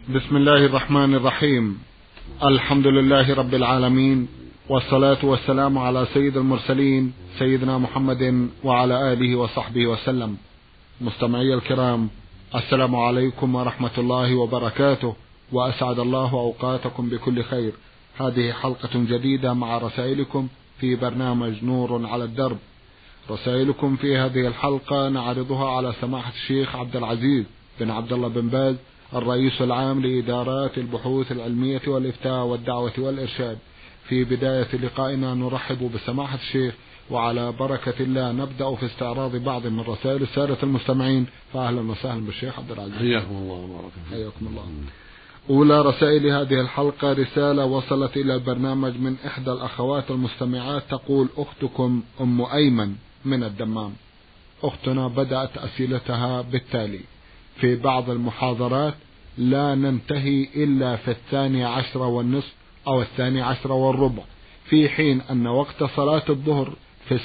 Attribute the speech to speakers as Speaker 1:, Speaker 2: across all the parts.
Speaker 1: بسم الله الرحمن الرحيم. الحمد لله رب العالمين، والصلاة والسلام على سيد المرسلين سيدنا محمد وعلى آله وصحبه وسلم. مستمعي الكرام، السلام عليكم ورحمة الله وبركاته، وأسعد الله أوقاتكم بكل خير. هذه حلقة جديدة مع رسائلكم في برنامج نور على الدرب. رسائلكم في هذه الحلقة نعرضها على سماحة الشيخ عبد العزيز بن عبد الله بن باز، الرئيس العام لإدارات البحوث العلمية والإفتاء والدعوة والإرشاد. في بداية لقائنا نرحب بسماحة الشيخ، وعلى بركة الله نبدأ في استعراض بعض من رسائل السادة المستمعين. فأهلا وسهلا بالشيخ عبد العزيز.
Speaker 2: حياكم الله وبارك فيكم.
Speaker 1: حياكم الله. أولى رسائل هذه الحلقة رسالة وصلت إلى البرنامج من إحدى الأخوات المستمعات، تقول: أختكم أم أيمن من الدمام. أختنا بدأت أسئلتها بالتالي: في بعض المحاضرات لا ننتهي إلا في 12:30 أو 12:15، في حين أن وقت صلاة الظهر في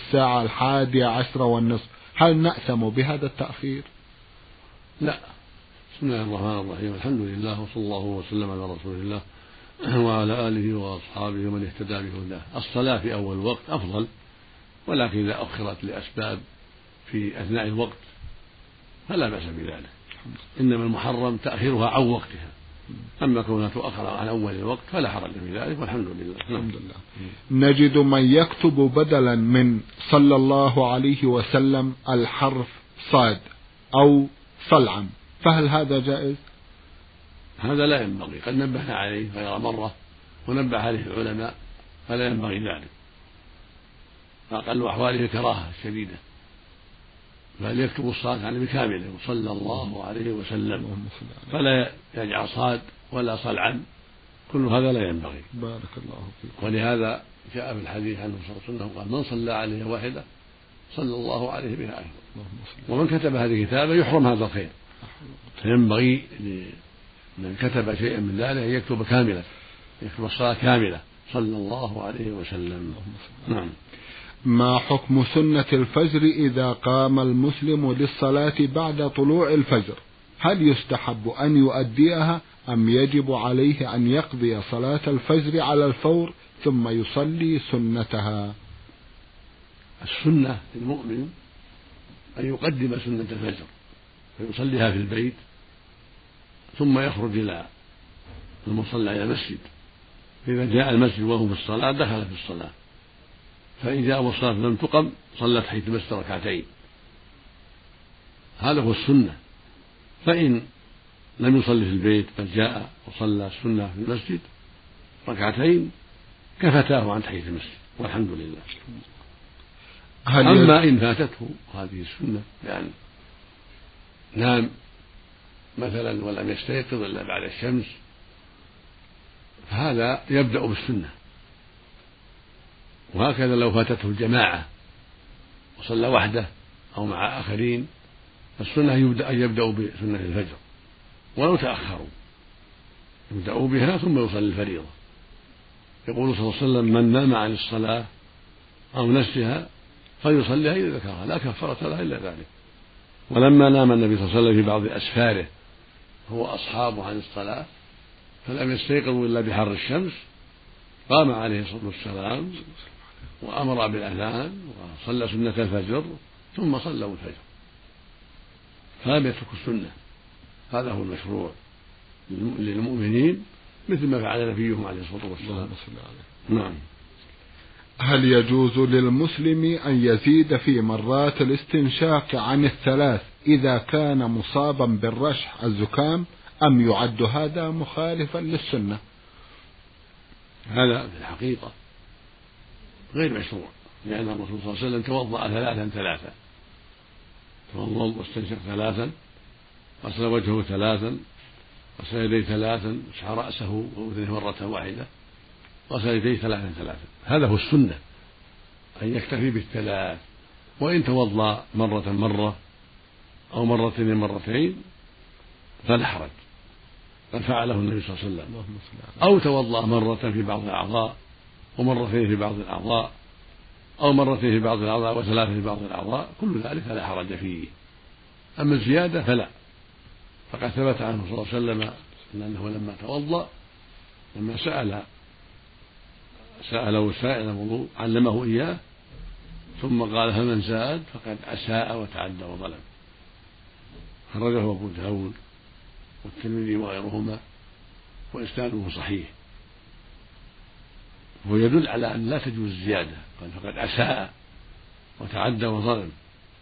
Speaker 1: 11:50. هل نأثم بهذا التأخير؟
Speaker 2: لا. بسم الله الرحمن الرحيم، الحمد لله، وصلى الله وسلم على رسول الله وعلى آله وأصحابه ومن اهتدى بهداه. الصلاة في أول الوقت أفضل، ولكن إذا أخرت لأسباب في أثناء الوقت فلا بأس بذلك. إنما المحرم تأخيرها عن وقتها، أما كونها تؤخر عن أول الوقت فلا حرج في ذلك، والحمد لله.
Speaker 1: الحمد لله. نجد من يكتب بدلا من صلى الله عليه وسلم الحرف صاد أو صلعا، فهل هذا جائز؟
Speaker 2: هذا لا ينبغي، قد نبه عليه غير مرة ونبه عليه العلماء، فلا ينبغي ذلك. أقل أحواله الكراهة الشديدة، بل يكتب الصلاة عليه بكامله صلى الله عليه وسلم، فلا يجعل صاد ولا صلعا، كل هذا لا ينبغي.
Speaker 1: بارك الله فيك.
Speaker 2: ولهذا جاء في الحديث عنه صلى الله عليه وسلم قال: من صلى عليه واحدة صلى الله عليه بها أيضا. ومن كتب هذه الكتابة يحرم هذا الخير، فينبغي لمن كتب شيئا من ذلك أن يكتب كاملة، يكتب الصلاة كاملة صلى الله عليه وسلم. نعم.
Speaker 1: ما حكم سنة الفجر إذا قام المسلم للصلاة بعد طلوع الفجر؟ هل يستحب أن يؤديها أم يجب عليه أن يقضي صلاة الفجر على الفور ثم يصلي سنتها؟
Speaker 2: السنة للمؤمن أن يقدم سنة الفجر فيصليها في البيت، ثم يخرج إلى المصلى إلى المسجد، فإذا جاء المسجد وهو في الصلاة دخل في الصلاة، فإن جاء والصلاة لم تقم صلت حيث مس ركعتين، هذا هو السنة. فإن لم يصلي في البيت بل جاء وصلى السنة في المسجد ركعتين كفتاه عن تحية المسجد، والحمد لله. أما إن فاتته هذه السنة يعني نام مثلا ولم يستيقظ إلا بعد الشمس، فهذا يبدأ بالسنة. وهكذا لو فاتته الجماعة وصلى وحده أو مع آخرين، فالسنة أن يبدأوا بسنة الفجر، ولو تأخروا يبدأوا بها ثم يصلي الفريضة. يقول صلى الله عليه وسلم: من نام عن الصلاة أو نسيها فليصليها إذا ذكرها، لا كفارة لها إلا ذلك. ولما نام النبي صلى الله عليه وسلم في بعض أسفاره هو أصحابه عن الصلاة فلم يستيقظوا إلا بحر الشمس، قام عليه الصلاة والسلام وأمر بالأذان وصلى سنة الفجر ثم صلوا الفجر، فلم يتركوا السنة. هذا هو المشروع للمؤمنين، مثل ما فعل نبيهم عليه الصلاة والسلام. نعم.
Speaker 1: هل يجوز للمسلم أن يزيد في مرات الاستنشاق عن 3 إذا كان مصابا بالرشح الزكام، أم يعد هذا مخالفا للسنة؟
Speaker 2: هذا في الحقيقة غير مشروع، لأن الرسول صلى الله عليه وسلم توضأ 3 توضأ واستنشق 3، غسل وجهه 3، غسل يديه 3، مسح رأسه وأذنه مرة واحدة، غسل يديه 3. هذا هو السنة، أن يكتفي ب3. وإن توضأ مرة أو مرتين فلا حرج، قد فعله النبي صلى الله عليه وسلم. أو توضأ مرة في بعض الأعضاء ومرتين في بعض الأعضاء، أو مرتين في بعض الأعضاء و3 في بعض الأعضاء، كل ذلك لا حرج فيه. أما الزيادة فلا، فقد ثبت عنه صلى الله عليه وسلم لأنه لما توضأ لما سأله سائل الوضوء علمه إياه ثم قال فمن زاد فقد أساء وتعدى وظلم. خرجه أبو داود والترمذي وغيرهما وإسناده صحيح، ويدل على أن لا تجوز الزيادة، قال فقد أساء وتعدى وظلم.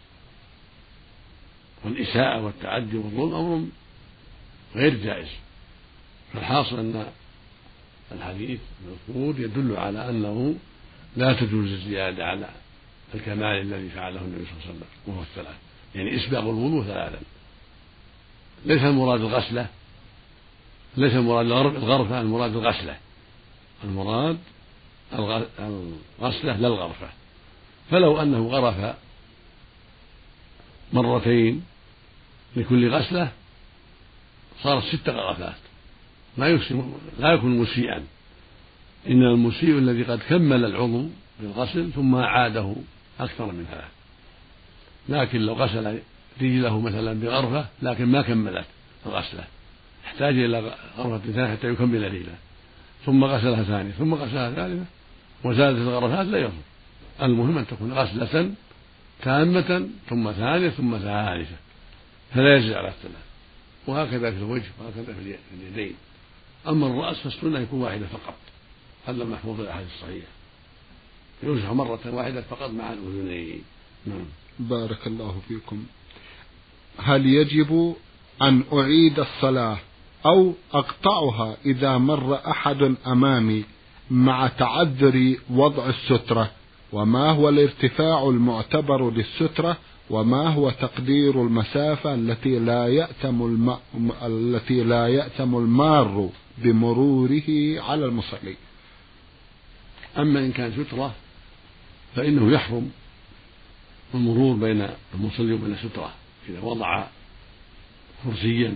Speaker 2: والإساءة والتعدي والظلم أمر غير جائز. فالحاصل أن الحديث المذكور يدل على أنه لا تجوز الزيادة على الكمال الذي فعله النبي صلى الله عليه وسلم وهو الثلاث، يعني إسباغ الوضوء ثلاثا. ليس المراد الغسلة، ليس المراد الغرفة، المراد الغسلة، المراد الغسلة لا الغرفة. فلو أنه غرف مرتين لكل غسلة صارت 6 غرفات، لا يكون مسيئا. إن المسيء الذي قد كمل العضو بالغسل ثم أعاده أكثر من 3. لكن لو غسل رجله مثلا بغرفة لكن ما كملت الغسلة، احتاج إلى غرفة ثانية حتى يكمل رجله، ثم غسلها ثانية ثم غسلها ثالثة وزادت الغرفات لا يضر. المهم أن تكون غسلة تامة ثم ثانية ثم ثالثة، فلا يجزي على الثلاث. وهكذا في الوجه وهكذا في اليدين. أما الرأس فالسنة يكون واحدة فقط، هذا محفوظ في الأحاديث الصحيحة، يمسح مرة واحدة فقط مع الأذنين. نعم.
Speaker 1: بارك الله فيكم. هل يجب أن أعيد الصلاة أو أقطعها إذا مر أحد أمامي مع تعذر وضع السترة؟ وما هو الارتفاع المعتبر للسترة؟ وما هو تقدير المسافة التي لا يأتم المار بمروره على المصلي؟
Speaker 2: أما إن كان سترة فإنه يحرم المرور بين المصلي وبين السترة إذا وضع كرسيا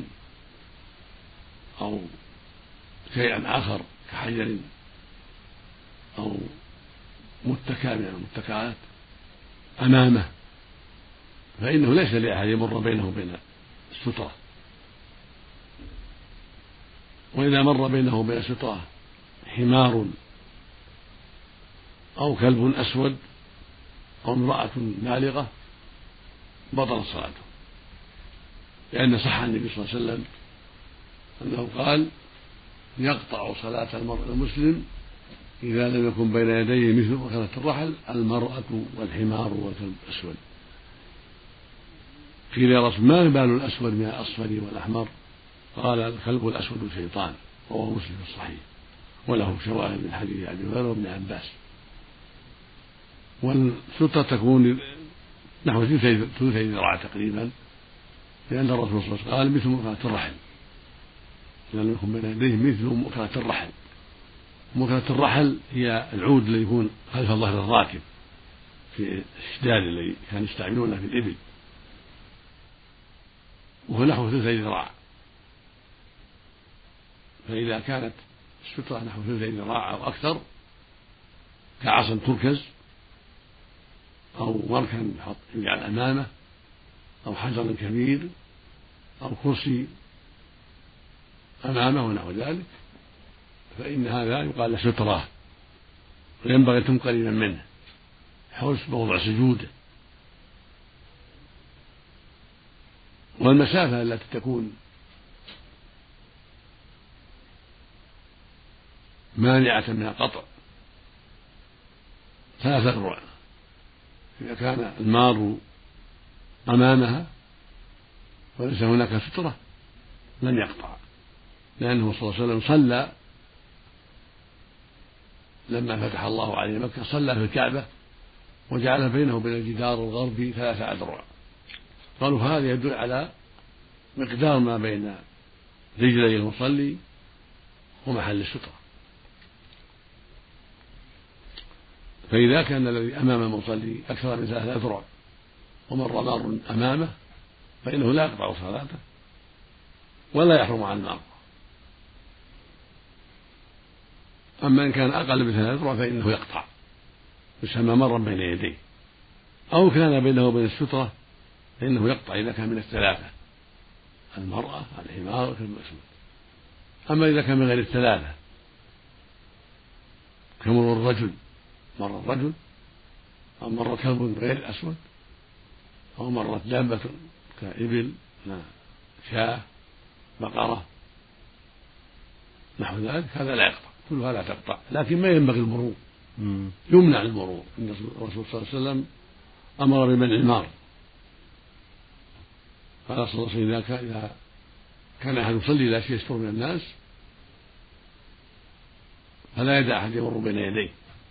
Speaker 2: أو شيئا آخر كحجر أو متكأ من المتكئات أمامه، فإنه ليس لأحد يمر بينه وبين السترة. وإذا مر بينه وبين السترة حمار أو كلب أسود أو امرأة بالغة بطلت صلاته، لأن صح عن النبي صلى الله عليه وسلم أنه قال يقطع صلاة المرء المسلم إذا لم يكن بين يديه مثل مكانة الرحل المرأة والحمار والكلب الأسود. قيل يا رسول ما بال الأسود من الأصفر والأحمر؟ قال الكلب الأسود شيطان، رواه مسلم في الصحيح، وله شواهد من حديث أبي هريرة وابن عباس. والسترة تكون نحو ثلثي ذراع تقريبا، لأن الرسول صلى الله عليه وسلم قال مثل مكانة الرحل، إذا لم يكن بين يديه مثل مكانة الرحل. مكانة الرحل هي العود الذي يكون خلف ظهر الراكب في الشداد الذي كانوا يستعملونه في الإبل، وهو نحو ثلثي ذراع. فإذا كانت السترة نحو ثلثي ذراع أو أكثر كعصا تركز أو مركن يجعل أمامه أو حجر كبير أو كرسي أمامه ونحو ذلك، فإن هذا يقال له سترة، وينبغي أن تكون قريبا منه حول موضع سجوده. والمسافة التي تكون مانعة من القطع 3 أذرع. إذا كان المار أمامها وليس هناك سترة لن يقطع، لأنه صلى الله عليه وسلم صلى لما فتح الله عليه مكة، صلى في الكعبة وجعل بينه وبين الجدار الغربي 3 أذرع. قالوا فهذا يدل على مقدار ما بين رجلي المصلي ومحل السترة. فإذا كان الذي أمام المصلي أكثر من 3 أذرع ومر مار أمامه فإنه لا يقطع صلاته ولا يحرم عن المار. أما إن كان أقل من 3 أذرع فإنه يقطع، يسمى مرا بين يديه. أو كان بينه وبين السترة فإنه يقطع إذا كان من 3: المرأة، الحمار، والكلب الأسود. أما إذا كان من غير الثلاثة كمرور الرجل، مر الرجل أو مر كلب غير الأسود أو مرت دابة كإبل شاة بقرة نحو ذلك، هذا لا يقطع، كلها لا تقطع، لكن ما ينبغي المرور، يمنع المرور. إن الرسول صلى الله عليه وسلم أمر بمنع المار، قال صلى الله عليه وسلم إذا كان أحد يصلي لا شيء يستر من الناس فلا يدع أحد يمر بين يديه.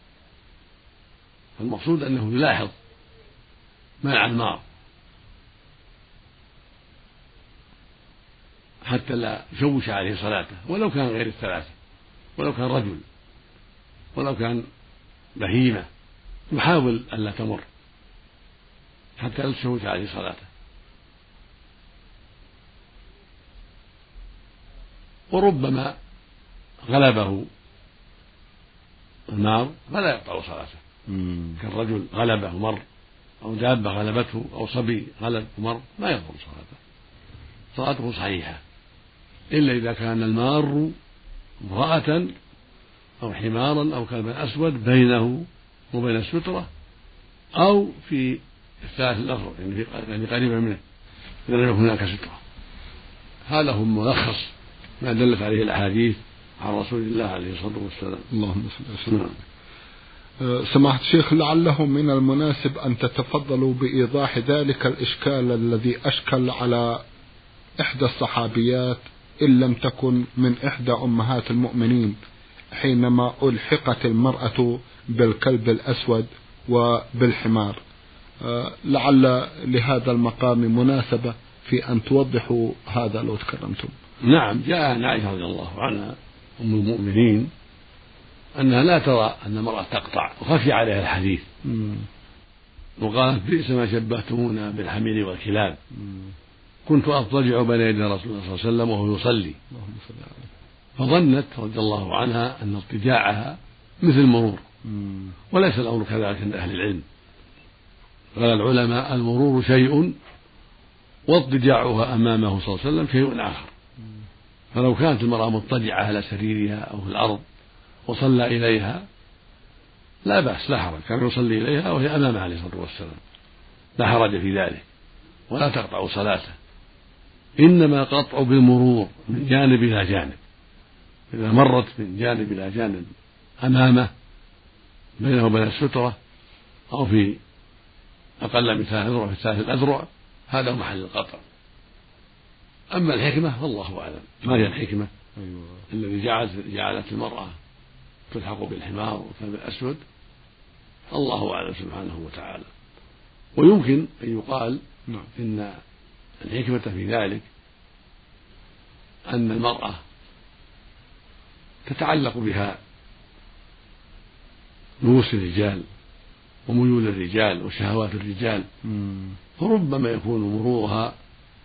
Speaker 2: المقصود أنه يلاحظ منع المار حتى لا يشوش عليه صلاته، ولو كان غير الثلاثة، ولو كان رجل، ولو كان بهيمة، يحاول ألا تمر حتى لا تشوش عليه صلاته. وربما غلبه المار فلا يقطع صلاته، كالرجل غلبه مر، أو دابة غلبته، أو صبي غلب ومر، ما يقطع صلاته، صلاته صحيحة، إلا إذا كان المار امرأة أو حمارا أو كلبا أسود بينه وبين السترة، أو في الثالث الأخر يعني قريبا منه إذا لم يكن هناك سترة. هذا هو ملخص ما دلت عليه الأحاديث عن رسول الله عليه الصلاة والسلام.
Speaker 1: اللهم صل وسلم. سماحة الشيخ، لعله من المناسب أن تتفضلوا بإيضاح ذلك الإشكال الذي أشكل على إحدى الصحابيات إن لم تكن من إحدى أمهات المؤمنين حينما ألحقت المرأة بالكلب الأسود وبالحمار. لعل لهذا المقام مناسبة في أن توضحوا هذا لو تكرمتم.
Speaker 2: نعم، جاء عن عائشة رضي الله عنها أم المؤمنين أنها لا ترى أن المرأة تقطع، وخفي عليها الحديث، وقالت بئس ما شبهتمونا بالحمير والكلاب، كنت أضطجع بين يدي رسول الله صلى الله عليه وسلم وهو يصلي، فظنت رضي الله عنها أن اضطجاعها مثل المرور، وليس الأمر كذلك عند أهل العلم. قال العلماء المرور شيء واضطجاعها أمامه صلى الله عليه وسلم شيء آخر. فلو كانت المرأة مضطجعة على سريرها أو في الأرض وصلى إليها لا بأس، لا حرج، كان يصلي إليها وهي أمامه عليه الصلاة والسلام، لا حرج في ذلك، ولا تقطع صلاته، إنما قطع بالمرور من جانب إلى جانب، إذا مرت من جانب إلى جانب أمامه بينه وبين السترة أو في أقل من 3 أذرع في 3 الأذرع، هذا محل القطع. أما الحكمة فالله أعلم، ما هي الحكمة الذي جعلت المرأة تلحق بالحمار والكلب الأسود؟ الله أعلم سبحانه وتعالى. ويمكن أن يقال إن الحكمة في ذلك أن المرأة تتعلق بها نفوس الرجال وميول الرجال وشهوات الرجال، فربما يكون مرورها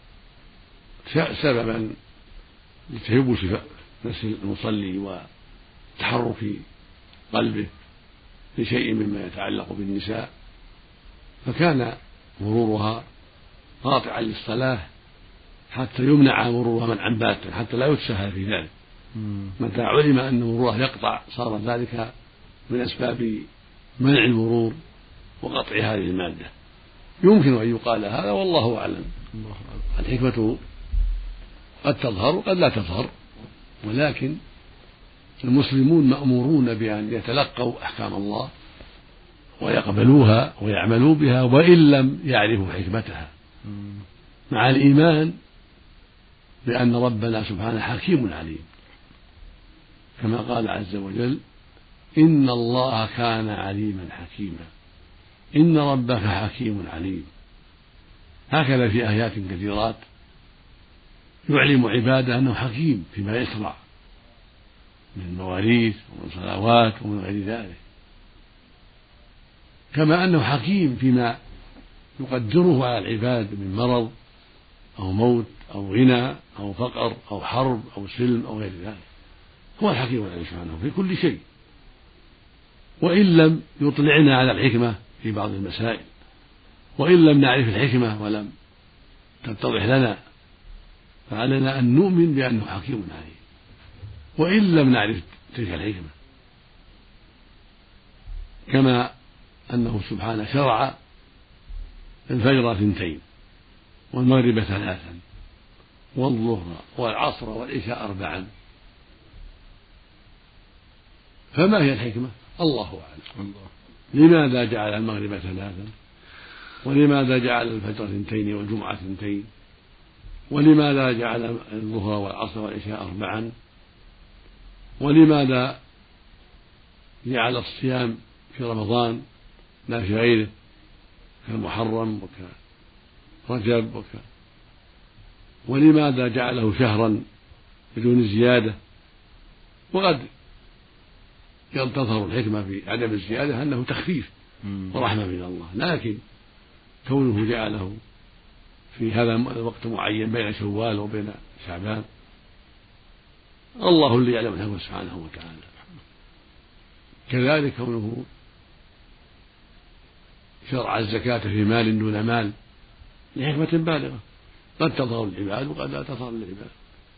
Speaker 2: سببا لتهبس نفس المصلي وتحرك قلبه لشيء مما يتعلق بالنساء، فكان مرورها قاطعا للصلاة حتى يمنع مرورها منعا باتا، حتى لا يتساهل في ذلك. متى علم أن مرورها يقطع صار ذلك من أسباب منع المرور وقطع هذه المادة. يمكن أن يقال هذا والله أعلم. الحكمة قد تظهر وقد لا تظهر، ولكن المسلمون مأمورون بأن يتلقوا أحكام الله ويقبلوها ويعملوا بها وإن لم يعرفوا حكمتها، مع الإيمان بأن ربنا سبحانه حكيم عليم، كما قال عز وجل: إن الله كان عليما حكيما، إن ربك حكيم عليم. هكذا في آيات كثيرات يعلم عباده أنه حكيم فيما يشرع من مواريث ومن صلوات ومن غير ذلك، كما أنه حكيم فيما يقدره على العباد من مرض أو موت أو غنى أو فقر أو حرب أو سلم أو غير ذلك. هو الحكيم عليه سبحانه في كل شيء، وإن لم يطلعنا على الحكمة في بعض المسائل، وإن لم نعرف الحكمة ولم تتضح لنا، فعلينا أن نؤمن بأنه حكيم عليم. وإن لم نعرف تلك الحكمة، كما أنه سبحانه شرع الفجر 2 والمغرب 3 والظهر والعصر والعشاء 4. فما هي الحكمة؟ الله أعلم. لماذا جعل المغرب 3 ولماذا جعل الفجر 2 والجمعة 2 ولماذا جعل الظهر والعصر والعشاء 4 ولماذا جعل الصيام في رمضان لا في غيره كالمحرم وكرجب ولماذا جعله شهرا بدون زيادة؟ وقد تظهر الحكمة في عدم الزيادة أنه تخفيف ورحمة من الله، لكن كونه جعله في هذا الوقت معين بين شوال وبين شعبان الله اللي يعلم الحكمة سبحانه وتعالى. كذلك كونه شرع الزكاة في مال دون مال لحكمة بالغة، قد تظهر العباد وقد لا تظهر العباد،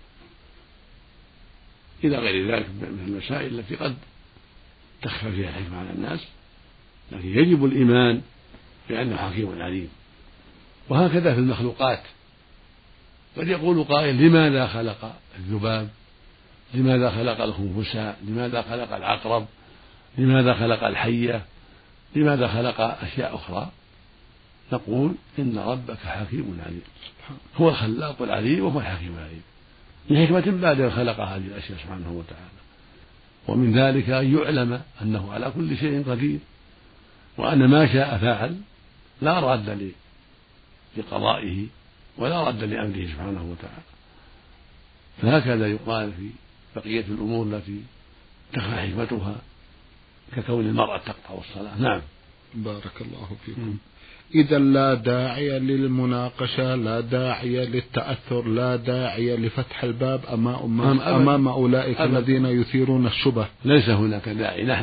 Speaker 2: إلى غير ذلك من المسائل التي قد تخفى فيها الحكمة على الناس، لكن يجب الإيمان بأنه حكيم عليم. وهكذا في المخلوقات، قد يقول قائل لماذا خلق الذباب، لماذا خلق الخنفساء، لماذا خلق العقرب، لماذا خلق الحية، لماذا خلق أشياء أخرى؟ نقول إن ربك حكيم عليم، هو الخلاق العليم وهو الحكيم العليم، لحكمة بالغة خلق هذه الأشياء سبحانه وتعالى. ومن ذلك أن يعلم أنه على كل شيء قدير، وأن ما شاء فعل لا راد لقضائه ولا رد لأمره سبحانه وتعالى. فهكذا يقال في بقية الأمور التي تخفى حكمتها ككون المرأة تقطع الصلاة. نعم.
Speaker 1: بارك الله فيكم. إذا لا داعي للمناقشة، لا داعي للتأثر، لا داعي لفتح الباب أمام أولئك الذين يثيرون الشبه.
Speaker 2: ليس هناك داعي، نحن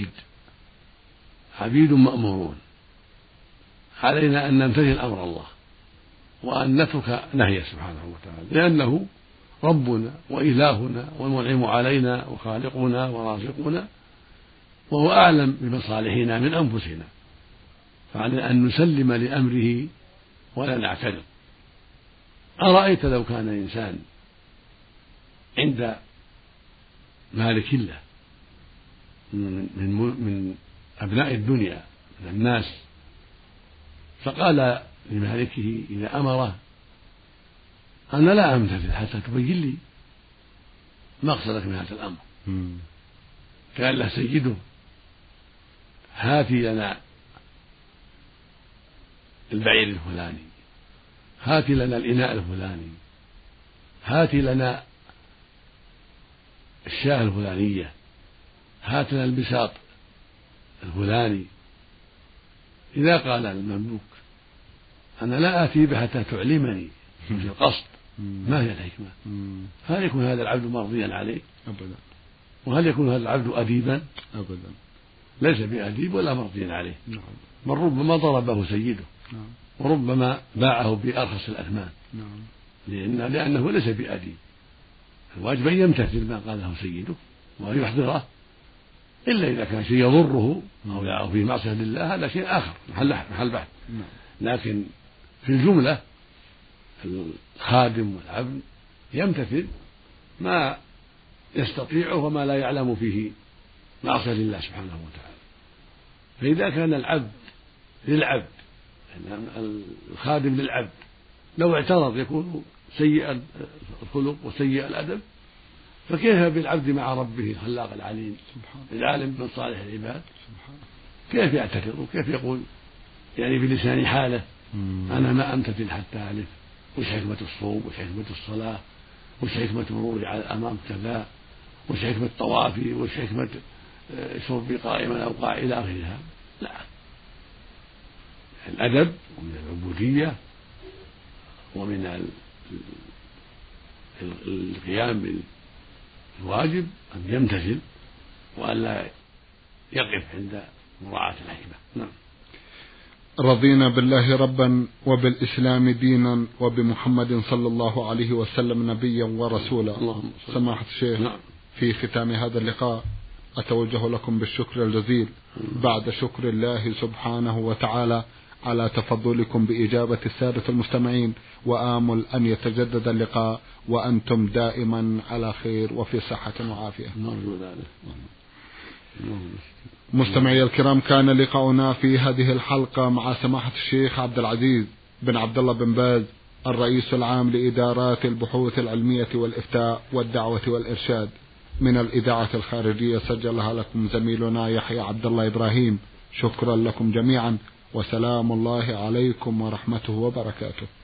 Speaker 2: عبيد مأمورون، علينا أن نمتثل أمر الله وأن نترك نهيه سبحانه وتعالى، لأنه ربنا وإلهنا والمنعم علينا وخالقنا ورازقنا، وهو أعلم بمصالحنا من أنفسنا، فعلينا أن نسلم لأمره ولا نعترض. أرأيت لو كان إنسان عند مالك له من أبناء الدنيا من الناس، فقال لمالكه إذا أمره أنا لا أمتثل حتى تبين لي مقصدك من هذا الأمر. قال له سيده هاتي لنا البعير الفلاني، هاتي لنا الإناء الفلاني، هاتي لنا الشاة الفلانية، هات لنا البساط الفلاني. إذا قال المملوك أنا لا آتي به حتى تعلمني في القصد، ما هي الحكمة؟ هل يكون هذا العبد مرضيا عليه؟
Speaker 1: أبدا.
Speaker 2: وهل يكون هذا العبد أديبا؟
Speaker 1: أبدا.
Speaker 2: ليس بأديب ولا مرضيا عليه. بل ربما ضربه سيده، وربما باعه بأرخص الأثمان، لأنه ليس بأديب. الواجب أن يمتثل ما قاله سيده وأن يحضره، إلا إذا كان شيء يضره أو يعرف فيه معصية لله، هذا شيء آخر محل بحث. لكن في الجملة الخادم والعبد يمتثل ما يستطيعه وما لا يعلم فيه معصية لله سبحانه وتعالى. فإذا كان العبد للعبد، الخادم للعبد، لو اعترض يكون سيء الخلق وسيء الأدب، فكيف بالعبد مع ربه الخلاق العليم العالم بمصالح العباد؟ كيف يعترض وكيف يقول يعني بلسان حاله أنا ما أمتثل حتى أعرف وش حكمة الصوم وش حكمة الصلاة وش حكمة مروري على الأمام كذا وش حكمة طوافي وش حكمة شربي قائما أو قاعدا إلى آخرها. لا، الأدب ومن العبودية ومن القيام بالواجب أن يمتثل وأن لا يقف عند مراعاة الحكمة. نعم.
Speaker 1: رضينا بالله ربا وبالإسلام دينا وبمحمد صلى الله عليه وسلم نبيا ورسولا. سماحة الشيخ،
Speaker 2: نعم.
Speaker 1: في ختام هذا اللقاء أتوجه لكم بالشكر الجزيل بعد شكر الله سبحانه وتعالى على تفضلكم بإجابة السادة المستمعين، وآمل أن يتجدد اللقاء وأنتم دائما على خير وفي صحة وعافية. مستمعي الكرام، كان لقاؤنا في هذه الحلقة مع سماحة الشيخ عبد العزيز بن عبد الله بن باز، الرئيس العام لإدارات البحوث العلمية والإفتاء والدعوة والإرشاد، من الإذاعة الخارجية سجلها لكم زميلنا يحيى عبد الله إبراهيم. شكرا لكم جميعا، وسلام الله عليكم ورحمته وبركاته.